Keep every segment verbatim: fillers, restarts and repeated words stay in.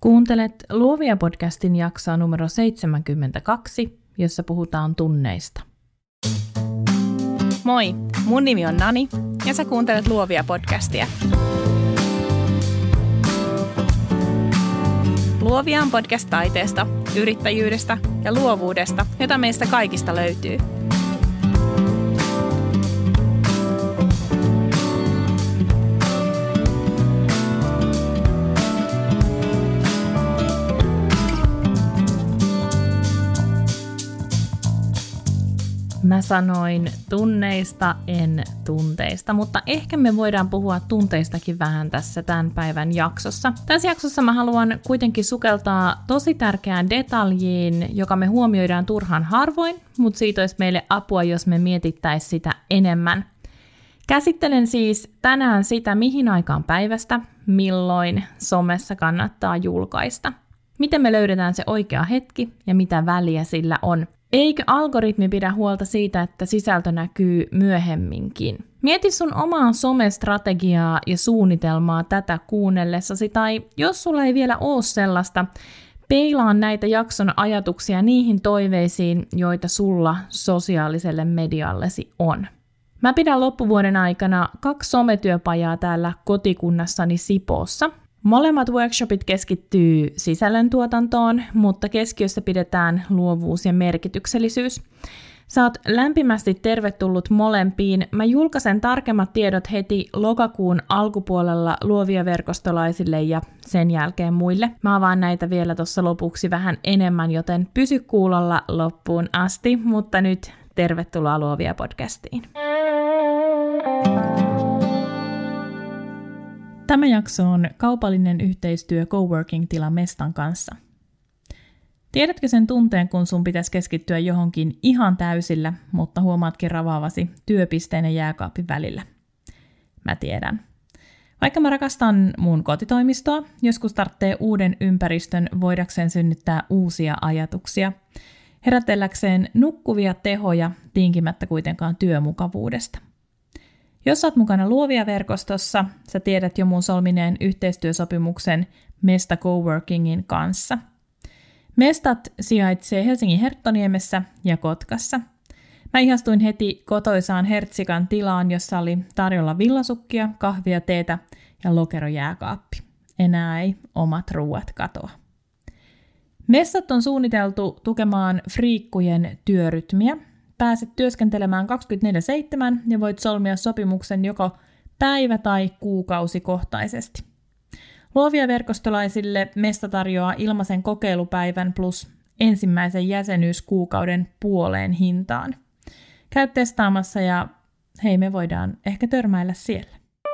Kuuntelet Luovia podcastin jaksoa numero seitsemänkymmentäkaksi, jossa puhutaan tunneista. Moi, mun nimi on Nani ja sä kuuntelet Luovia podcastia. Luovia on podcast taiteesta, yrittäjyydestä ja luovuudesta, jota meistä kaikista löytyy. Mä sanoin tunneista, en tunteista, mutta ehkä me voidaan puhua tunteistakin vähän tässä tämän päivän jaksossa. Tässä jaksossa mä haluan kuitenkin sukeltaa tosi tärkeään detaljiin, joka me huomioidaan turhan harvoin, mutta siitä olisi meille apua, jos me mietittäisiin sitä enemmän. Käsittelen siis tänään sitä, mihin aikaan päivästä, milloin somessa kannattaa julkaista. Miten me löydetään se oikea hetki ja mitä väliä sillä on. Eikö algoritmi pidä huolta siitä, että sisältö näkyy myöhemminkin? Mieti sun omaa somestrategiaa ja suunnitelmaa tätä kuunnellessasi, tai jos sulla ei vielä ole sellaista, peilaa näitä jakson ajatuksia niihin toiveisiin, joita sulla sosiaaliselle mediallesi on. Mä pidän loppuvuoden aikana kaksi sometyöpajaa täällä kotikunnassani Sipoossa. Molemmat workshopit keskittyy sisällöntuotantoon, mutta keskiössä pidetään luovuus ja merkityksellisyys. Sä oot lämpimästi tervetullut molempiin. Mä julkaisen tarkemmat tiedot heti lokakuun alkupuolella luovia verkostolaisille ja sen jälkeen muille. Mä avaan näitä vielä tuossa lopuksi vähän enemmän, joten pysy kuulolla loppuun asti, mutta nyt tervetuloa Luovia podcastiin. Tämä jakso on kaupallinen yhteistyö Coworking-tila Mestan kanssa. Tiedätkö sen tunteen, kun sun pitäisi keskittyä johonkin ihan täysillä, mutta huomaatkin ravaavasi työpisteen ja jääkaapin välillä? Mä tiedän. Vaikka mä rakastan mun kotitoimistoa, joskus tarvitsee uuden ympäristön voidakseen synnyttää uusia ajatuksia, herätelläkseen nukkuvia tehoja tinkimättä kuitenkaan työmukavuudesta. Jos olet mukana Luovia-verkostossa, sä tiedät jo mun solmineen yhteistyösopimuksen Mesta Coworkingin kanssa. Mestat sijaitsee Helsingin Herttoniemessä ja Kotkassa. Mä ihastuin heti kotoisaan Hertsikan tilaan, jossa oli tarjolla villasukkia, kahvia, teetä ja lokerojääkaappi. Enää ei omat ruuat katoa. Messat on suunniteltu tukemaan friikkujen työrytmiä. Pääset työskentelemään kaksikymmentäneljä seitsemän ja voit solmia sopimuksen joko päivä- tai kuukausikohtaisesti. Luovia verkostolaisille Mesta tarjoaa ilmaisen kokeilupäivän plus ensimmäisen jäsenyyskuukauden puoleen hintaan. Käy testaamassa ja hei, me voidaan ehkä törmäillä siellä.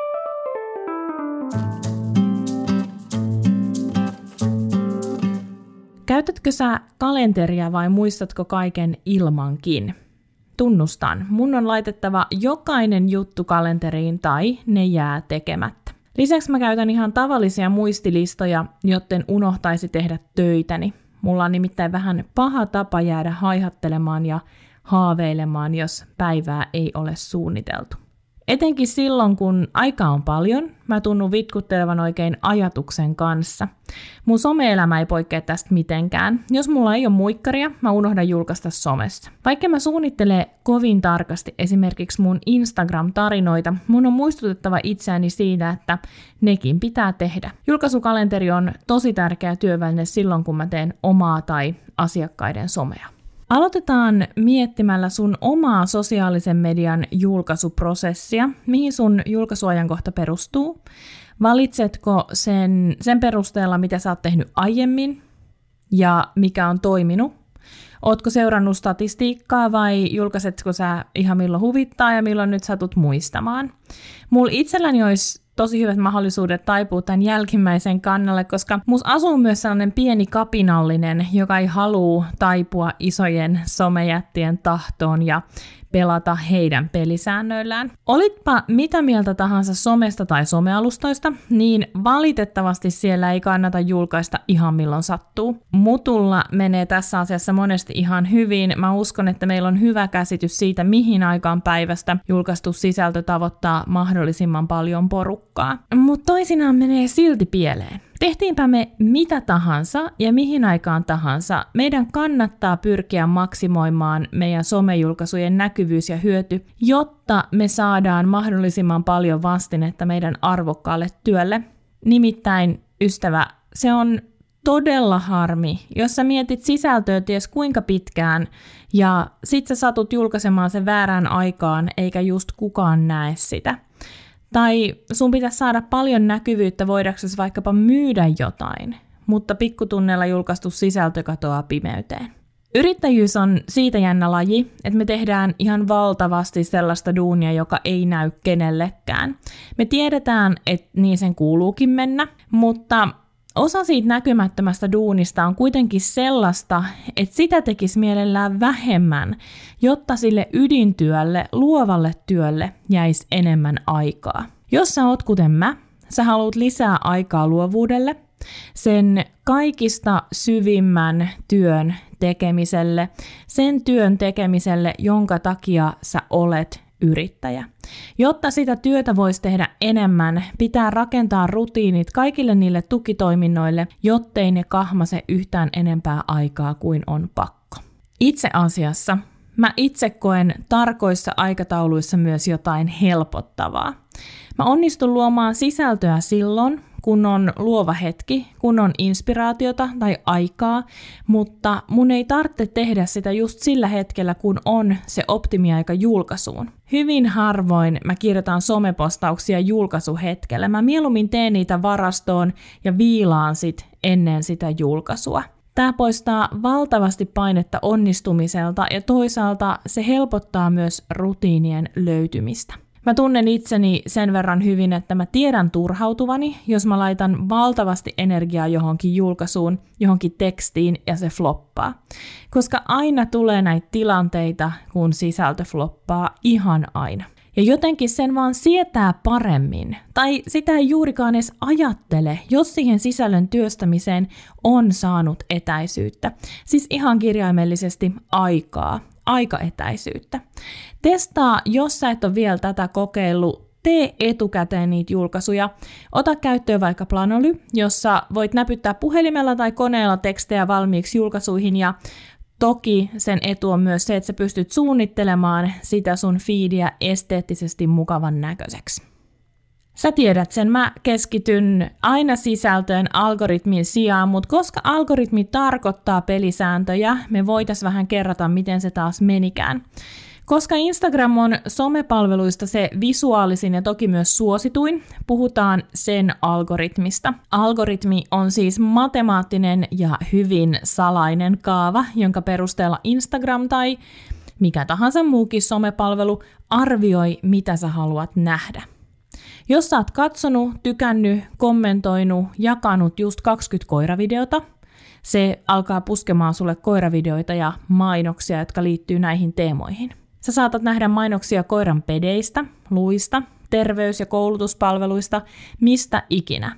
Käytätkö sä kalenteria vai muistatko kaiken ilmankin? Tunnustan, mun on laitettava jokainen juttu kalenteriin tai ne jää tekemättä. Lisäksi mä käytän ihan tavallisia muistilistoja, jotten unohtaisi tehdä töitäni. Mulla on nimittäin vähän paha tapa jäädä haihattelemaan ja haaveilemaan, jos päivää ei ole suunniteltu. Etenkin silloin, kun aikaa on paljon, mä tunnun vitkuttelevan oikein ajatuksen kanssa. Mun some-elämä ei poikkea tästä mitenkään. Jos mulla ei ole muikkaria, mä unohdan julkaista somessa. Vaikka mä suunnittelen kovin tarkasti esimerkiksi mun Instagram-tarinoita, mun on muistutettava itseäni siitä, että nekin pitää tehdä. Julkaisukalenteri on tosi tärkeä työväline silloin, kun mä teen omaa tai asiakkaiden somea. Aloitetaan miettimällä sun omaa sosiaalisen median julkaisuprosessia, mihin sun julkaisuajankohta perustuu. Valitsetko sen, sen perusteella, mitä sä oot tehnyt aiemmin ja mikä on toiminut? Ootko seurannut statistiikkaa vai julkaisetko sä ihan milloin huvittaa ja milloin nyt satut muistamaan? Mulla itselläni olisi tosi hyvät mahdollisuudet taipua tämän jälkimmäisen kannalle, koska musta asuu myös sellainen pieni kapinallinen, joka ei halua taipua isojen somejättien tahtoon ja pelata heidän pelisäännöillään. Olitpa mitä mieltä tahansa somesta tai somealustoista, niin valitettavasti siellä ei kannata julkaista ihan milloin sattuu. Mutulla menee tässä asiassa monesti ihan hyvin. Mä uskon, että meillä on hyvä käsitys siitä, mihin aikaan päivästä julkaistu sisältö tavoittaa mahdollisimman paljon porukkaa. Mutta toisinaan menee silti pieleen. Tehtiinpä me mitä tahansa ja mihin aikaan tahansa, meidän kannattaa pyrkiä maksimoimaan meidän somejulkaisujen näkyvyys ja hyöty, jotta me saadaan mahdollisimman paljon vastinetta meidän arvokkaalle työlle. Nimittäin, ystävä, se on todella harmi, jos sä mietit sisältöä ties kuinka pitkään ja sit sä satut julkaisemaan sen väärään aikaan eikä just kukaan näe sitä. Tai sun pitäisi saada paljon näkyvyyttä voidaksesi vaikkapa myydä jotain, mutta pikkutunneilla julkaistu sisältö katoaa pimeyteen. Yrittäjyys on siitä jännä laji, että me tehdään ihan valtavasti sellaista duunia, joka ei näy kenellekään. Me tiedetään, että niin sen kuuluukin mennä, mutta osa siitä näkymättömästä duunista on kuitenkin sellaista, että sitä tekisi mielellään vähemmän, jotta sille ydintyölle, luovalle työlle jäisi enemmän aikaa. Jos sä oot kuten mä, sä haluat lisää aikaa luovuudelle, sen kaikista syvimmän työn tekemiselle, sen työn tekemiselle, jonka takia sä olet yrittäjä. Jotta sitä työtä voisi tehdä enemmän, pitää rakentaa rutiinit kaikille niille tukitoiminnoille, jottei ne kahmase yhtään enempää aikaa kuin on pakko. Itse asiassa mä itse koen tarkoissa aikatauluissa myös jotain helpottavaa. Mä onnistun luomaan sisältöä silloin, kun on luova hetki, kun on inspiraatiota tai aikaa, mutta mun ei tarvitse tehdä sitä just sillä hetkellä, kun on se optimiaika julkaisuun. Hyvin harvoin mä kirjoitan somepostauksia julkaisuhetkellä. Mä mieluummin teen niitä varastoon ja viilaan sit ennen sitä julkaisua. Tämä poistaa valtavasti painetta onnistumiselta ja toisaalta se helpottaa myös rutiinien löytymistä. Mä tunnen itseni sen verran hyvin, että mä tiedän turhautuvani, jos mä laitan valtavasti energiaa johonkin julkaisuun, johonkin tekstiin ja se floppaa. Koska aina tulee näitä tilanteita, kun sisältö floppaa, ihan aina. Ja jotenkin sen vaan sietää paremmin, tai sitä ei juurikaan edes ajattele, jos siihen sisällön työstämiseen on saanut etäisyyttä. Siis ihan kirjaimellisesti aikaa, aikaetäisyyttä. Testaa, jos sä et ole vielä tätä kokeillut, tee etukäteen niitä julkaisuja. Ota käyttöön vaikka Planoly, jossa voit näpyttää puhelimella tai koneella tekstejä valmiiksi julkaisuihin ja toki sen etu on myös se, että sä pystyt suunnittelemaan sitä sun feediä esteettisesti mukavan näköiseksi. Sä tiedät sen, mä keskityn aina sisältöön algoritmin sijaan, mutta koska algoritmi tarkoittaa pelisääntöjä, me voitaisiin vähän kerrata, miten se taas menikään. Koska Instagram on somepalveluista se visuaalisin ja toki myös suosituin, puhutaan sen algoritmista. Algoritmi on siis matemaattinen ja hyvin salainen kaava, jonka perusteella Instagram tai mikä tahansa muukin somepalvelu arvioi, mitä sä haluat nähdä. Jos sä oot katsonut, tykännyt, kommentoinut, jakanut just kaksikymmentä koiravideota, se alkaa puskemaan sulle koiravideoita ja mainoksia, jotka liittyy näihin teemoihin. Sä saatat nähdä mainoksia koiran pedeistä, luista, terveys- ja koulutuspalveluista, mistä ikinä.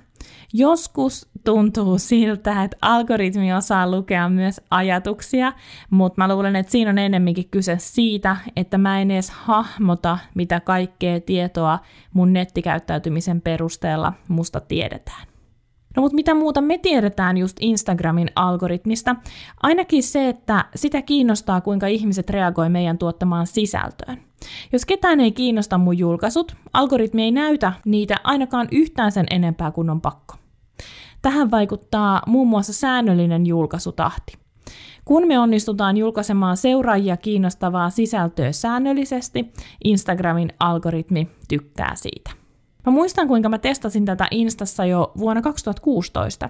Joskus tuntuu siltä, että algoritmi osaa lukea myös ajatuksia, mutta mä luulen, että siinä on ennemminkin kyse siitä, että mä en edes hahmota, mitä kaikkea tietoa mun nettikäyttäytymisen perusteella musta tiedetään. No mutta mitä muuta me tiedetään just Instagramin algoritmista? Ainakin se, että sitä kiinnostaa, kuinka ihmiset reagoi meidän tuottamaan sisältöön. Jos ketään ei kiinnosta mun julkaisut, algoritmi ei näytä niitä ainakaan yhtään sen enempää kuin on pakko. Tähän vaikuttaa muun muassa säännöllinen julkaisutahti. Kun me onnistutaan julkaisemaan seuraajia kiinnostavaa sisältöä säännöllisesti, Instagramin algoritmi tykkää siitä. Mä muistan, kuinka mä testasin tätä Instassa jo vuonna kaksituhattakuusitoista.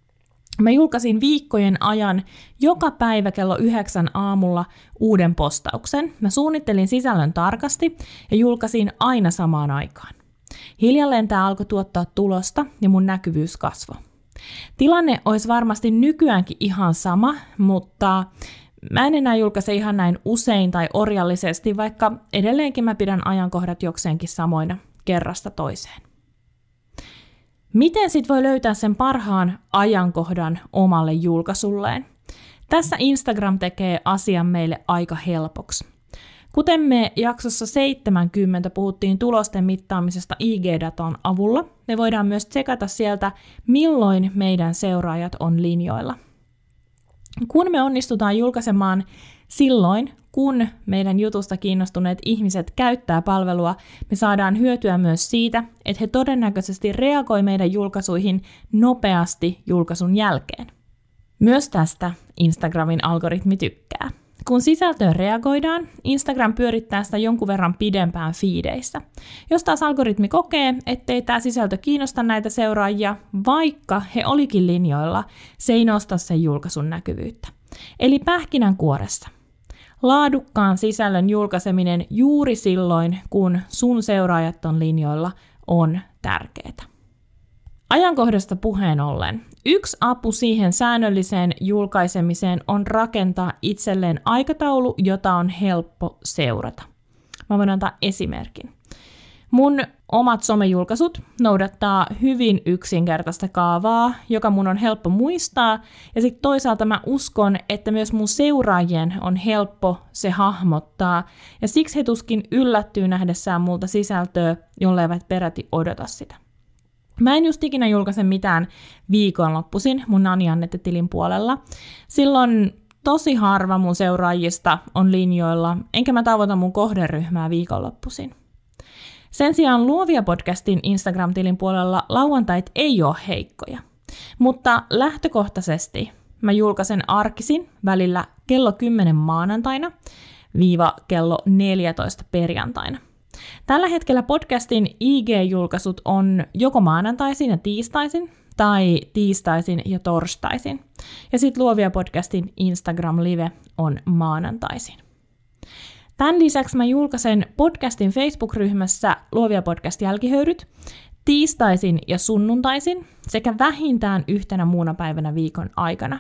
Mä julkaisin viikkojen ajan joka päivä kello yhdeksän aamulla uuden postauksen. Mä suunnittelin sisällön tarkasti ja julkaisin aina samaan aikaan. Hiljalleen tää alkoi tuottaa tulosta ja mun näkyvyys kasvoi. Tilanne olisi varmasti nykyäänkin ihan sama, mutta mä en enää julkaise ihan näin usein tai orjallisesti, vaikka edelleenkin mä pidän ajankohdat jokseenkin samoina kerrasta toiseen. Miten sit voi löytää sen parhaan ajankohdan omalle julkaisulleen? Tässä Instagram tekee asian meille aika helpoksi. Kuten me jaksossa seitsemänkymmentä puhuttiin tulosten mittaamisesta I G-datan avulla, me voidaan myös tsekata sieltä, milloin meidän seuraajat on linjoilla. Kun me onnistutaan julkaisemaan silloin, kun meidän jutusta kiinnostuneet ihmiset käyttää palvelua, me saadaan hyötyä myös siitä, että he todennäköisesti reagoi meidän julkaisuihin nopeasti julkaisun jälkeen. Myös tästä Instagramin algoritmi tykkää. Kun sisältöön reagoidaan, Instagram pyörittää sitä jonkun verran pidempään feedeissä. Jos taas algoritmi kokee, ettei tämä sisältö kiinnosta näitä seuraajia, vaikka he olikin linjoilla, se ei nosta sen julkaisun näkyvyyttä. Eli pähkinänkuoressa. Laadukkaan sisällön julkaiseminen juuri silloin, kun sun seuraajat on linjoilla, on tärkeää. Ajankohdasta puheen ollen. Yksi apu siihen säännölliseen julkaisemiseen on rakentaa itselleen aikataulu, jota on helppo seurata. Mä voin antaa esimerkin. Mun omat somejulkaisut noudattaa hyvin yksinkertaista kaavaa, joka mun on helppo muistaa, ja sitten toisaalta mä uskon, että myös mun seuraajien on helppo se hahmottaa, ja siksi he tuskin yllättyy nähdessään multa sisältöä, jolleivät peräti odota sitä. Mä en just ikinä julkaise mitään viikonloppuisin mun Nani Annette-tilin puolella. Silloin tosi harva mun seuraajista on linjoilla, enkä mä tavoita mun kohderyhmää viikonloppuisin. Sen sijaan Luovia podcastin Instagram-tilin puolella lauantait ei ole heikkoja, mutta lähtökohtaisesti mä julkaisen arkisin välillä kello kymmenen maanantaina viiva kello neljätoista perjantaina. Tällä hetkellä podcastin I G-julkaisut on joko maanantaisin ja tiistaisin tai tiistaisin ja torstaisin. Ja sitten Luovia podcastin Instagram-live on maanantaisin. Tämän lisäksi mä julkaisen podcastin Facebook-ryhmässä Luovia podcast-jälkihöyryt tiistaisin ja sunnuntaisin sekä vähintään yhtenä muuna päivänä viikon aikana.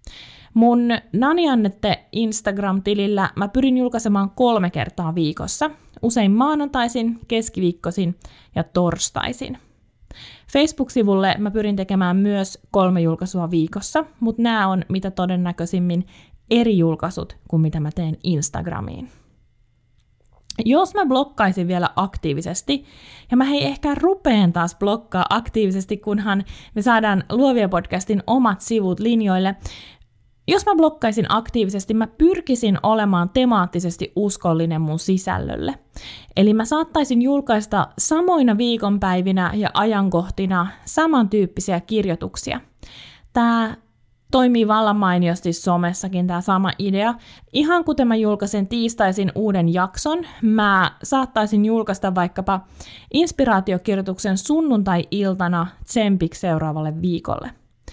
Mun Nani Annette Instagram-tilillä mä pyrin julkaisemaan kolme kertaa viikossa, usein maanantaisin, keskiviikkoisin ja torstaisin. Facebook-sivulle mä pyrin tekemään myös kolme julkaisua viikossa, mutta nämä on mitä todennäköisimmin eri julkaisut kuin mitä mä teen Instagramiin. Jos mä blokkaisin vielä aktiivisesti, ja mä hei ehkä rupeen taas blokkaa aktiivisesti, kunhan me saadaan Luovia podcastin omat sivut linjoille. Jos mä blokkaisin aktiivisesti, mä pyrkisin olemaan temaattisesti uskollinen mun sisällölle. Eli mä saattaisin julkaista samoina viikonpäivinä ja ajankohtina samantyyppisiä kirjoituksia. Tää toimii vallan mainiosti somessakin tämä sama idea. Ihan kuten mä julkaisen tiistaisin uuden jakson, mä saattaisin julkaista vaikkapa inspiraatiokirjoituksen sunnuntai-iltana tsempiksi seuraavalle viikolle.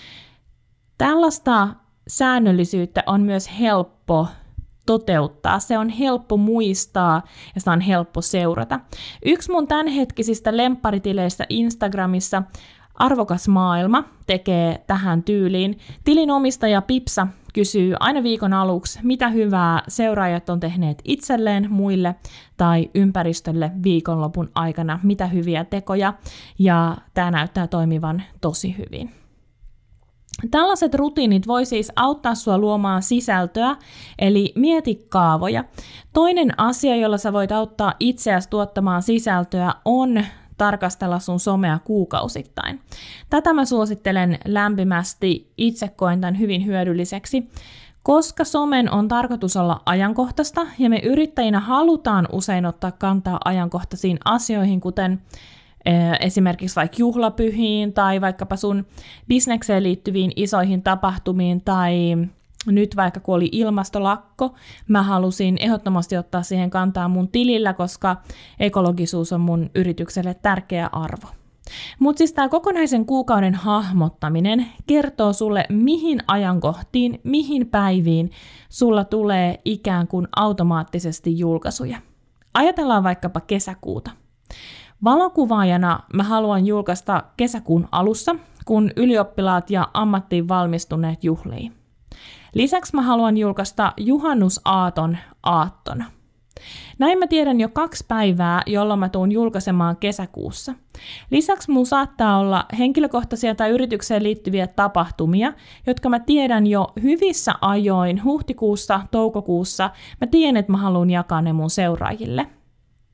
Tällaista säännöllisyyttä on myös helppo toteuttaa, se on helppo muistaa ja sitä on helppo seurata. Yksi mun tämänhetkisistä lempparitileistä Instagramissa, Arvokas maailma, tekee tähän tyyliin. Tilin omistaja Pipsa kysyy aina viikon aluksi, mitä hyvää seuraajat on tehneet itselleen, muille tai ympäristölle viikonlopun aikana, mitä hyviä tekoja, ja tämä näyttää toimivan tosi hyvin. Tällaiset rutiinit voi siis auttaa sua luomaan sisältöä, eli mieti kaavoja. Toinen asia, jolla sä voit auttaa itseäsi tuottamaan sisältöä, on tarkastella sun somea kuukausittain. Tätä mä suosittelen lämpimästi, itse koen tämän hyvin hyödylliseksi, koska somen on tarkoitus olla ajankohtaista, ja me yrittäjinä halutaan usein ottaa kantaa ajankohtaisiin asioihin, kuten esimerkiksi vaikka juhlapyhiin tai vaikkapa sun bisnekseen liittyviin isoihin tapahtumiin tai nyt vaikka kun oli ilmastolakko, mä halusin ehdottomasti ottaa siihen kantaa mun tilillä, koska ekologisuus on mun yritykselle tärkeä arvo. Mutta siis tämä kokonaisen kuukauden hahmottaminen kertoo sulle, mihin ajankohtiin, mihin päiviin sulla tulee ikään kuin automaattisesti julkaisuja. Ajatellaan vaikkapa kesäkuuta. Valokuvaajana mä haluan julkaista kesäkuun alussa, kun ylioppilaat ja ammattiin valmistuneet juhlii. Lisäksi mä haluan julkaista juhannusaaton aattona. Näin mä tiedän jo kaksi päivää, jolloin mä tuun julkaisemaan kesäkuussa. Lisäksi mun saattaa olla henkilökohtaisia tai yritykseen liittyviä tapahtumia, jotka mä tiedän jo hyvissä ajoin, huhtikuussa, toukokuussa. Mä tiedän, että mä haluan jakaa ne mun seuraajille.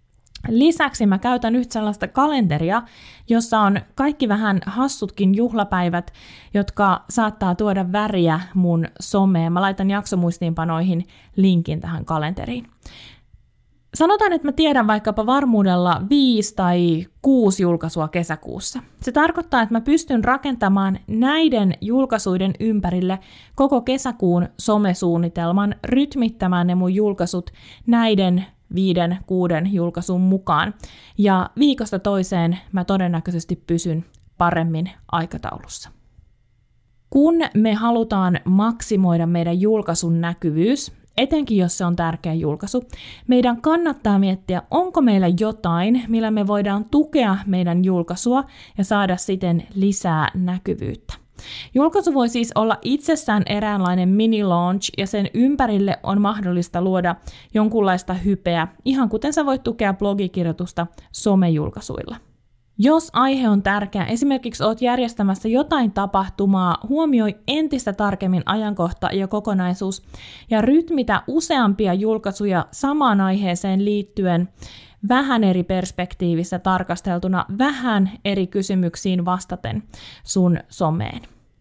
Lisäksi mä käytän nyt sellaista kalenteria, jossa on kaikki vähän hassutkin juhlapäivät, jotka saattaa tuoda väriä mun someen. Mä laitan jaksomuistiinpanoihin linkin tähän kalenteriin. Sanotaan, että mä tiedän vaikkapa varmuudella viisi tai kuusi julkaisua kesäkuussa. Se tarkoittaa, että mä pystyn rakentamaan näiden julkaisuiden ympärille koko kesäkuun somesuunnitelman, rytmittämään ne mun julkaisut näiden viiden, kuuden julkaisun mukaan. Ja viikosta toiseen mä todennäköisesti pysyn paremmin aikataulussa. Kun me halutaan maksimoida meidän julkaisun näkyvyys, etenkin jos se on tärkeä julkaisu, meidän kannattaa miettiä, onko meillä jotain, millä me voidaan tukea meidän julkaisua ja saada siten lisää näkyvyyttä. Julkaisu voi siis olla itsessään eräänlainen mini-launch ja sen ympärille on mahdollista luoda jonkunlaista hypeä, ihan kuten sä voit tukea blogikirjoitusta somejulkaisuilla. Jos aihe on tärkeä, esimerkiksi oot järjestämässä jotain tapahtumaa, huomioi entistä tarkemmin ajankohta ja kokonaisuus ja rytmitä useampia julkaisuja samaan aiheeseen liittyen vähän eri perspektiivissä tarkasteltuna, vähän eri kysymyksiin vastaten sun someen.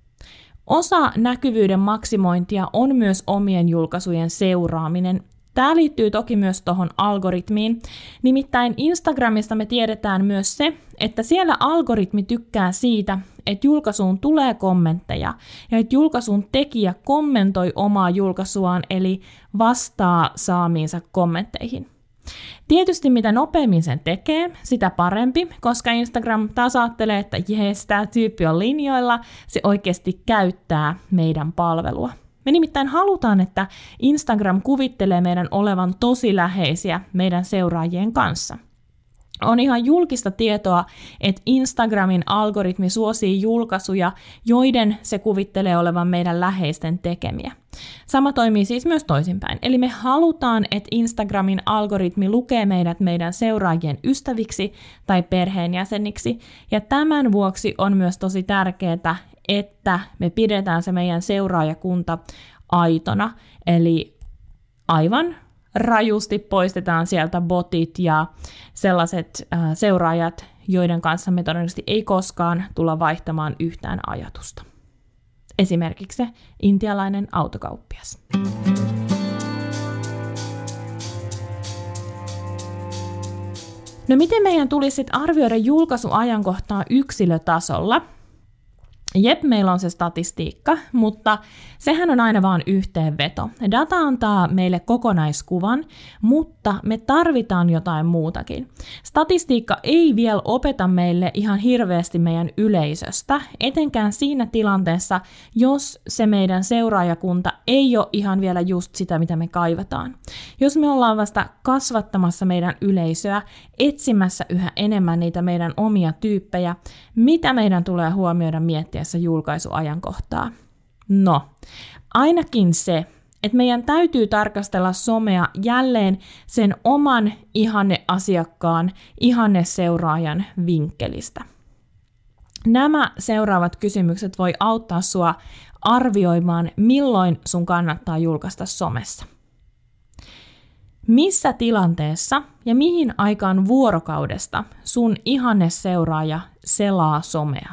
Osa näkyvyyden maksimointia on myös omien julkaisujen seuraaminen. Tämä liittyy toki myös tuohon algoritmiin. Nimittäin Instagramista me tiedetään myös se, että siellä algoritmi tykkää siitä, että julkaisuun tulee kommentteja ja että julkaisun tekijä kommentoi omaa julkaisuaan, eli vastaa saamiinsa kommentteihin. Tietysti mitä nopeammin sen tekee, sitä parempi, koska Instagram taas ajattelee, että jees, tämä tyyppi on linjoilla, se oikeasti käyttää meidän palvelua. Me nimittäin halutaan, että Instagram kuvittelee meidän olevan tosi läheisiä meidän seuraajien kanssa. On ihan julkista tietoa, että Instagramin algoritmi suosii julkaisuja, joiden se kuvittelee olevan meidän läheisten tekemiä. Sama toimii siis myös toisinpäin. Eli me halutaan, että Instagramin algoritmi lukee meidät meidän seuraajien ystäviksi tai perheenjäseniksi, ja tämän vuoksi on myös tosi tärkeää, että me pidetään se meidän seuraajakunta aitona, eli aivan rajusti poistetaan sieltä botit ja sellaiset äh, seuraajat, joiden kanssa me todennäköisesti ei koskaan tulla vaihtamaan yhtään ajatusta. Esimerkiksi se intialainen autokauppias. No miten meidän tulisi sit arvioida julkaisuajankohtaa yksilötasolla? Jep, meillä on se statistiikka, mutta sehän on aina vaan yhteenveto. Data antaa meille kokonaiskuvan, mutta me tarvitaan jotain muutakin. Statistiikka ei vielä opeta meille ihan hirveästi meidän yleisöstä, etenkään siinä tilanteessa, jos se meidän seuraajakunta ei ole ihan vielä just sitä, mitä me kaivataan. Jos me ollaan vasta kasvattamassa meidän yleisöä, etsimässä yhä enemmän niitä meidän omia tyyppejä, mitä meidän tulee huomioida miettiä julkaisuajankohtaa? No, ainakin se, että meidän täytyy tarkastella somea jälleen sen oman ihanneasiakkaan, ihanneseuraajan vinkkelistä. Nämä seuraavat kysymykset voi auttaa sua arvioimaan, milloin sun kannattaa julkaista somessa. Missä tilanteessa ja mihin aikaan vuorokaudesta sun ihanneseuraaja selaa somea?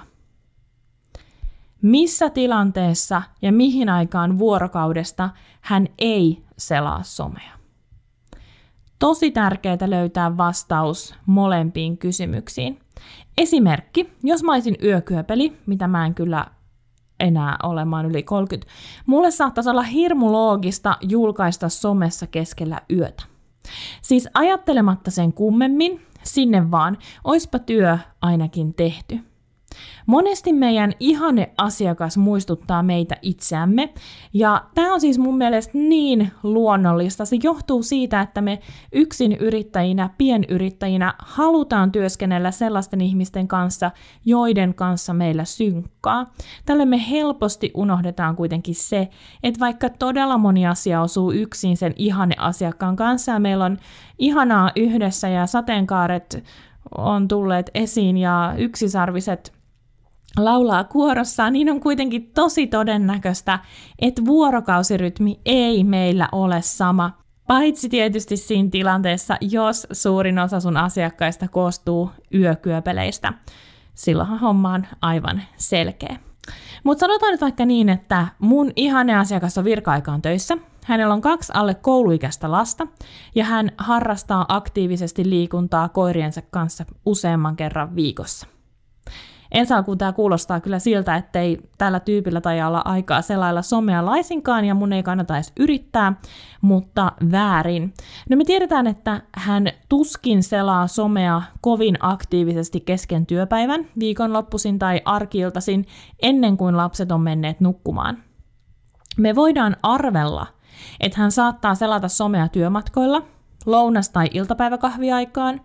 Missä tilanteessa ja mihin aikaan vuorokaudesta hän ei selaa somea? Tosi tärkeää löytää vastaus molempiin kysymyksiin. Esimerkki, jos mä olisin yökyöpeli, mitä mä en kyllä enää ole, mä oon yli kolmekymmentä, mulle saattaisi olla hirmu loogista julkaista somessa keskellä yötä. Siis ajattelematta sen kummemmin, sinne vaan, oispa työ ainakin tehty. Monesti meidän ihanneasiakas muistuttaa meitä itseämme, ja tämä on siis mun mielestä niin luonnollista. Se johtuu siitä, että me yksin yrittäjinä, pienyrittäjinä halutaan työskennellä sellaisten ihmisten kanssa, joiden kanssa meillä synkkaa. Tälle me helposti unohdetaan kuitenkin se, että vaikka todella moni asia osuu yksin sen ihanneasiakkaan kanssa, ja meillä on ihanaa yhdessä ja sateenkaaret on tulleet esiin ja yksisarviset laulaa kuorossaan, niin on kuitenkin tosi todennäköistä, että vuorokausirytmi ei meillä ole sama. Paitsi tietysti siinä tilanteessa, jos suurin osa sun asiakkaista koostuu yökyöpeleistä. Silloinhan homma on aivan selkeä. Mutta sanotaan nyt vaikka niin, että mun ihane asiakas on virka-aikaan töissä. Hänellä on kaksi alle kouluikäistä lasta ja hän harrastaa aktiivisesti liikuntaa koiriensa kanssa useamman kerran viikossa. Ensi alkuun tämä kuulostaa kyllä siltä, ettei tällä tyypillä taida olla aikaa selailla somea laisinkaan ja mun ei kannata edes yrittää, mutta väärin. No me tiedetään, että hän tuskin selaa somea kovin aktiivisesti kesken työpäivän, viikonloppuisin tai arki-iltaisin ennen kuin lapset on menneet nukkumaan. Me voidaan arvella, että hän saattaa selata somea työmatkoilla, lounas- tai iltapäiväkahviaikaan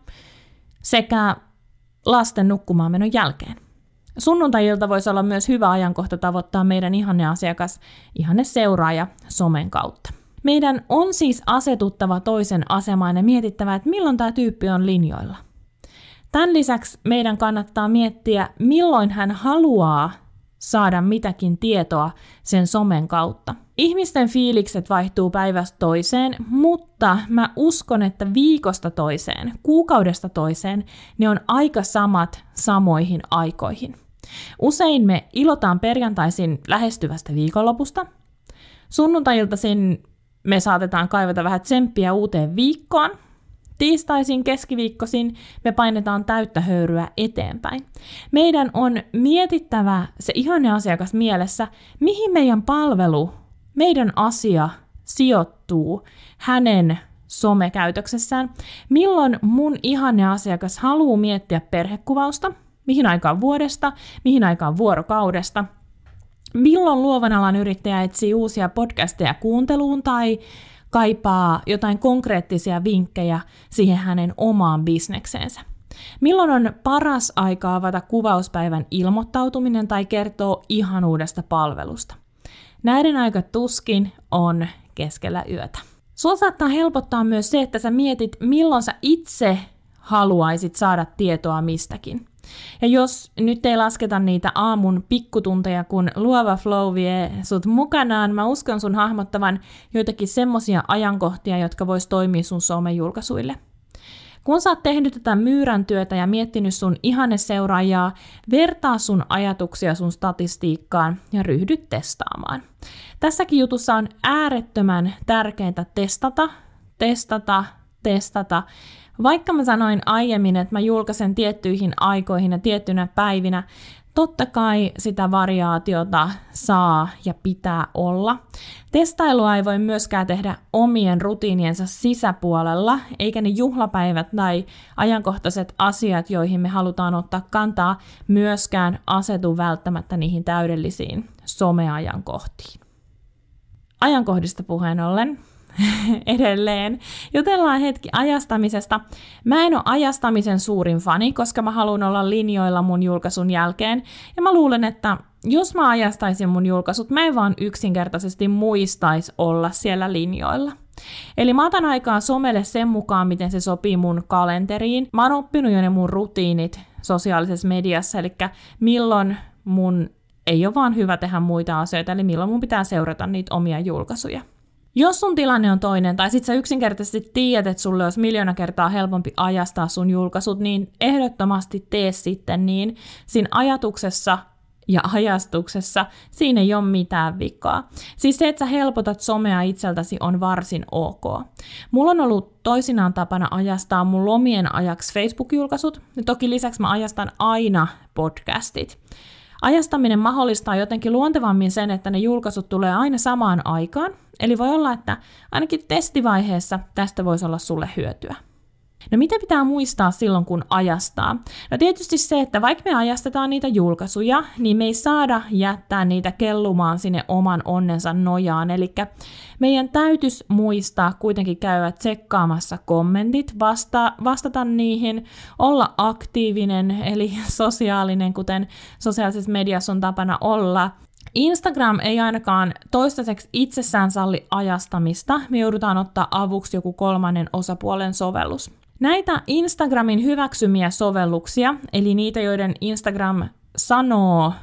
sekä lasten nukkumaan menon jälkeen. Sunnuntai-ilta voisi olla myös hyvä ajankohta tavoittaa meidän ihanne asiakas, ihanne seuraaja somen kautta. Meidän on siis asetuttava toisen asemaan ja mietittävä, että milloin tämä tyyppi on linjoilla. Tämän lisäksi meidän kannattaa miettiä, milloin hän haluaa saada mitäkin tietoa sen somen kautta. Ihmisten fiilikset vaihtuu päivästä toiseen, mutta mä uskon, että viikosta toiseen, kuukaudesta toiseen, ne on aika samat samoihin aikoihin. Usein me ilotaan perjantaisin lähestyvästä viikonlopusta. Sunnuntai-iltaisin me saatetaan kaivata vähän tsemppiä uuteen viikkoon. Tiistaisin, keskiviikkoisin me painetaan täyttä höyryä eteenpäin. Meidän on mietittävä se ihanne asiakas mielessä, mihin meidän palvelu, meidän asia sijoittuu hänen somekäytöksessään, milloin mun ihanne asiakas haluaa miettiä perhekuvausta, mihin aikaan vuodesta, mihin aikaan vuorokaudesta, milloin luovan alan yrittäjä etsii uusia podcasteja kuunteluun tai kaipaa jotain konkreettisia vinkkejä siihen hänen omaan bisnekseensä. Milloin on paras aika avata kuvauspäivän ilmoittautuminen tai kertoo ihanuudesta palvelusta? Näiden aika tuskin on keskellä yötä. Sua saattaa helpottaa myös se, että sä mietit, milloin sä itse haluaisit saada tietoa mistäkin. Ja jos nyt ei lasketa niitä aamun pikkutunteja, kun luova flow vie sut mukanaan, mä uskon sun hahmottavan joitakin semmosia ajankohtia, jotka vois toimia sun somejulkaisuille. Kun sä oot tehnyt tätä myyrän työtä ja miettinyt sun ihanneseuraajaa, vertaa sun ajatuksia sun statistiikkaan ja ryhdy testaamaan. Tässäkin jutussa on äärettömän tärkeää testata, testata, testata. Vaikka mä sanoin aiemmin, että mä julkaisen tiettyihin aikoihin ja tiettynä päivinä, totta kai sitä variaatiota saa ja pitää olla. Testailua ei voi myöskään tehdä omien rutiiniensa sisäpuolella, eikä ne juhlapäivät tai ajankohtaiset asiat, joihin me halutaan ottaa kantaa, myöskään asetu välttämättä niihin täydellisiin someajankohtiin. Ajankohdista puheen ollen. Edelleen. Jutellaan hetki ajastamisesta. Mä en ole ajastamisen suurin fani, koska mä haluan olla linjoilla mun julkaisun jälkeen. Ja mä luulen, että jos mä ajastaisin mun julkaisut, mä en vaan yksinkertaisesti muistais olla siellä linjoilla. Eli mä otan aikaa somelle sen mukaan, miten se sopii mun kalenteriin. Mä oon oppinut jo ne mun rutiinit sosiaalisessa mediassa, eli milloin mun ei ole vaan hyvä tehdä muita asioita, eli milloin mun pitää seurata niitä omia julkaisuja. Jos sun tilanne on toinen, tai sit sä yksinkertaisesti tiedät, että sulle olisi miljoona kertaa helpompi ajastaa sun julkaisut, niin ehdottomasti tee sitten niin. Siinä ajatuksessa ja ajastuksessa siinä ei ole mitään vikaa. Siis se, että sä helpotat somea itseltäsi, on varsin ok. Mulla on ollut toisinaan tapana ajastaa mun lomien ajaksi Facebook-julkaisut, ja toki lisäksi mä ajastan aina podcastit. Ajastaminen mahdollistaa jotenkin luontevammin sen, että ne julkaisut tulee aina samaan aikaan, eli voi olla, että ainakin testivaiheessa tästä voisi olla sulle hyötyä. No mitä pitää muistaa silloin, kun ajastaa? No tietysti se, että vaikka me ajastetaan niitä julkaisuja, niin me ei saada jättää niitä kellumaan sinne oman onnensa nojaan, eli meidän täytyisi muistaa kuitenkin käydä tsekkaamassa kommentit, vasta- vastata niihin, olla aktiivinen, eli sosiaalinen, kuten sosiaalisessa mediassa on tapana olla. Instagram ei ainakaan toistaiseksi itsessään salli ajastamista, me joudutaan ottaa avuksi joku kolmannen osapuolen sovellus. Näitä Instagramin hyväksymiä sovelluksia, eli niitä, joiden Instagram sanoo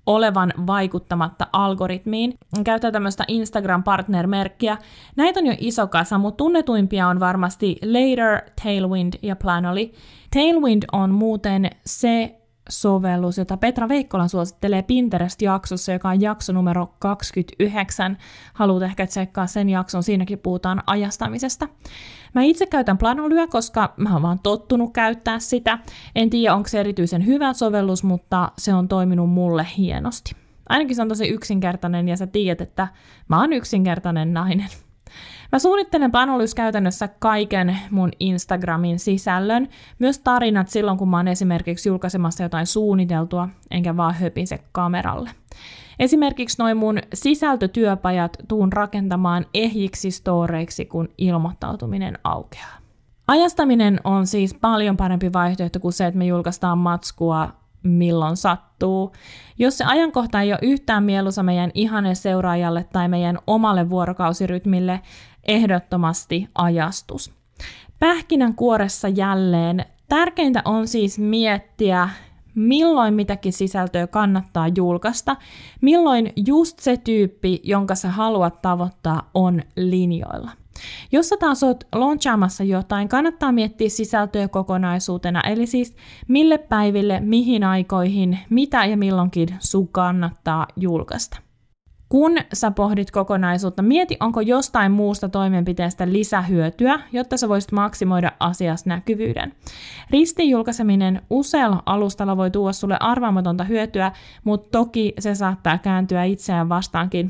olevan vaikuttamatta algoritmiin. Käytän tämmöistä Instagram-partner-merkkiä. Näitä on jo iso kasa, mutta tunnetuimpia on varmasti Later, Tailwind ja Planoly. Tailwind on muuten se sovellus, jota Petra Veikkola suosittelee Pinterest-jaksossa, joka on jakso numero kaksikymmentäyhdeksän. Haluat ehkä tsekkaa sen jakson, siinäkin puhutaan ajastamisesta. Mä itse käytän Planolyä, koska mä oon vaan tottunut käyttää sitä. En tiedä, onko se erityisen hyvä sovellus, mutta se on toiminut mulle hienosti. Ainakin se on tosi yksinkertainen, ja sä tiedät, että mä oon yksinkertainen nainen. Mä suunnittelen Planolys käytännössä kaiken mun Instagramin sisällön, myös tarinat silloin, kun mä oon esimerkiksi julkaisemassa jotain suunniteltua, enkä vaan höpise kameralle. Esimerkiksi noin mun sisältötyöpajat tuun rakentamaan ehjiksi storeiksi, kun ilmoittautuminen aukeaa. Ajastaminen on siis paljon parempi vaihtoehto kuin se, että me julkaistaan matskua milloin sattuu. Jos se ajankohta ei ole yhtään mieluisa meidän ihanne seuraajalle tai meidän omalle vuorokausirytmille, ehdottomasti ajastus. Pähkinänkuoressa jälleen tärkeintä on siis miettiä, milloin mitäkin sisältöä kannattaa julkaista, milloin just se tyyppi, jonka sä haluat tavoittaa, on linjoilla. Jos sä taas oot launchaamassa jotain, kannattaa miettiä sisältöä kokonaisuutena, eli siis mille päiville, mihin aikoihin, mitä ja milloinkin sun kannattaa julkaista. Kun sä pohdit kokonaisuutta, mieti, onko jostain muusta toimenpiteestä lisähyötyä, jotta sä voisit maksimoida asiassa näkyvyyden. Ristin julkaiseminen usealla alustalla voi tuoda sulle arvaamatonta hyötyä, mutta toki se saattaa kääntyä itseään vastaankin,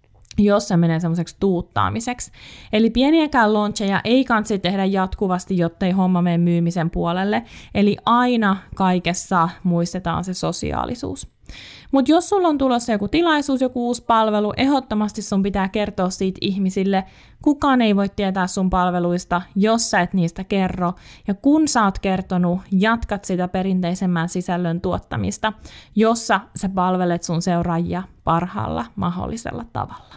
jos se menee semmoiseksi tuuttaamiseksi. Eli pieniäkään launcheja ei kansi tehdä jatkuvasti, jottei homma mene myymisen puolelle. Eli aina kaikessa muistetaan se sosiaalisuus. Mutta jos sulla on tulossa joku tilaisuus, joku uusi palvelu, ehdottomasti sun pitää kertoa siitä ihmisille. Kukaan ei voi tietää sun palveluista, jos sä et niistä kerro. Ja kun sä oot kertonut, jatkat sitä perinteisemmän sisällön tuottamista, jossa sä palvelet sun seuraajia parhaalla mahdollisella tavalla.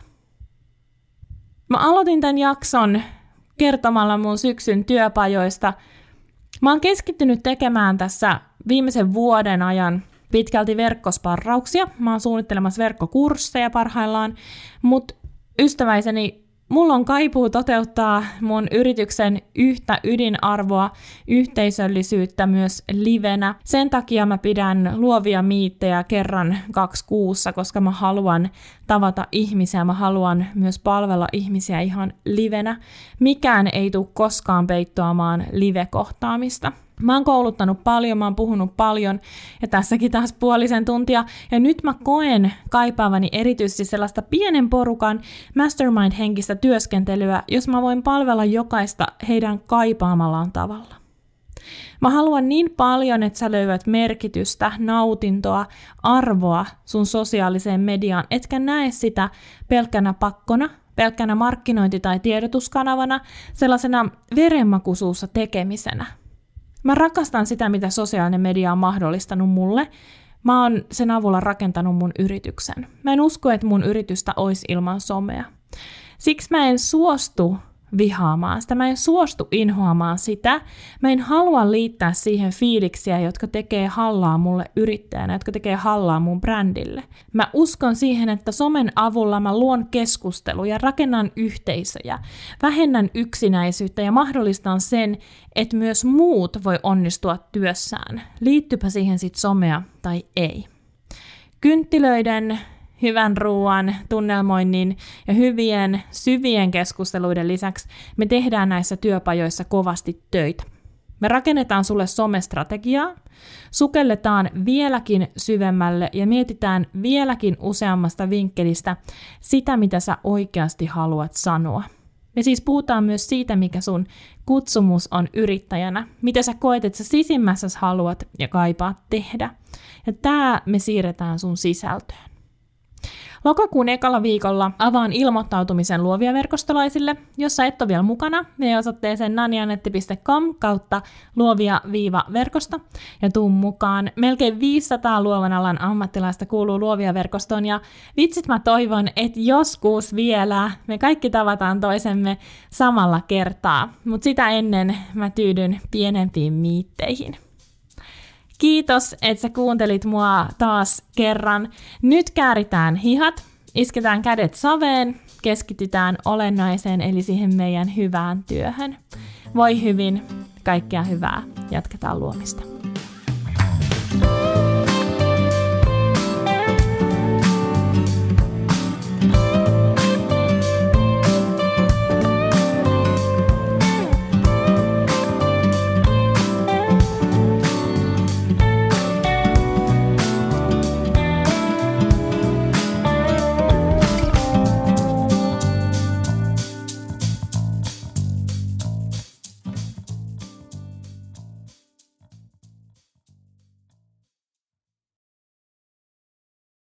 Mä aloitin tämän jakson kertomalla mun syksyn työpajoista. Mä oon keskittynyt tekemään tässä viimeisen vuoden ajan pitkälti verkkosparrauksia. Mä oon suunnittelemassa verkkokursseja parhaillaan, mutta ystäväiseni, mulla on kaipuu toteuttaa mun yrityksen yhtä ydinarvoa, yhteisöllisyyttä myös livenä. Sen takia mä pidän luovia miittejä kerran kaksi kuussa, koska mä haluan tavata ihmisiä, mä haluan myös palvella ihmisiä ihan livenä. Mikään ei tule koskaan peittoamaan live-kohtaamista. Mä oon kouluttanut paljon, mä oon puhunut paljon ja tässäkin taas puolisen tuntia. Ja nyt mä koen kaipaavani erityisesti sellaista pienen porukan mastermind-henkistä työskentelyä, jos mä voin palvella jokaista heidän kaipaamallaan tavalla. Mä haluan niin paljon, että sä löydät merkitystä, nautintoa, arvoa sun sosiaaliseen mediaan, etkä näe sitä pelkkänä pakkona, pelkkänä markkinointi- tai tiedotuskanavana, sellaisena verenmakuisuussa tekemisenä. Mä rakastan sitä, mitä sosiaalinen media on mahdollistanut mulle. Mä oon sen avulla rakentanut mun yrityksen. Mä en usko, että mun yritystä olisi ilman somea. Siksi mä en suostu vihaamaan sitä, mä en suostu inhoamaan sitä. Mä en halua liittää siihen fiiliksiä, jotka tekee hallaa mulle yrittäjänä, jotka tekee hallaa mun brändille. Mä uskon siihen, että somen avulla mä luon keskusteluja, rakennan yhteisöjä, vähennän yksinäisyyttä ja mahdollistan sen, että myös muut voi onnistua työssään. Liittypä siihen sit somea tai ei. Kynttilöiden, hyvän ruoan, tunnelmoinnin ja hyvien, syvien keskusteluiden lisäksi me tehdään näissä työpajoissa kovasti töitä. Me rakennetaan sulle somestrategiaa, sukelletaan vieläkin syvemmälle ja mietitään vieläkin useammasta vinkkelistä sitä, mitä sä oikeasti haluat sanoa. Me siis puhutaan myös siitä, mikä sun kutsumus on yrittäjänä, mitä sä koet, että sä sisimmässäsi haluat ja kaipaat tehdä. Ja tää me siirretään sun sisältöön. Lokakuun ekalla viikolla avaan ilmoittautumisen luovia verkostolaisille. Jos sä et ole vielä mukana, mene osoitteeseen nanjanetti piste com kautta luovia-verkosto ja tuu mukaan. Melkein viisisataa luovan alan ammattilaista kuuluu luovia verkostoon ja vitsit mä toivon, että joskus vielä me kaikki tavataan toisemme samalla kertaa, mutta sitä ennen mä tyydyn pienempiin miitteihin. Kiitos, että sä kuuntelit mua taas kerran. Nyt kääritään hihat, isketään kädet saveen, keskitytään olennaiseen eli siihen meidän hyvään työhön. Voi hyvin, kaikkea hyvää, jatketaan luomista.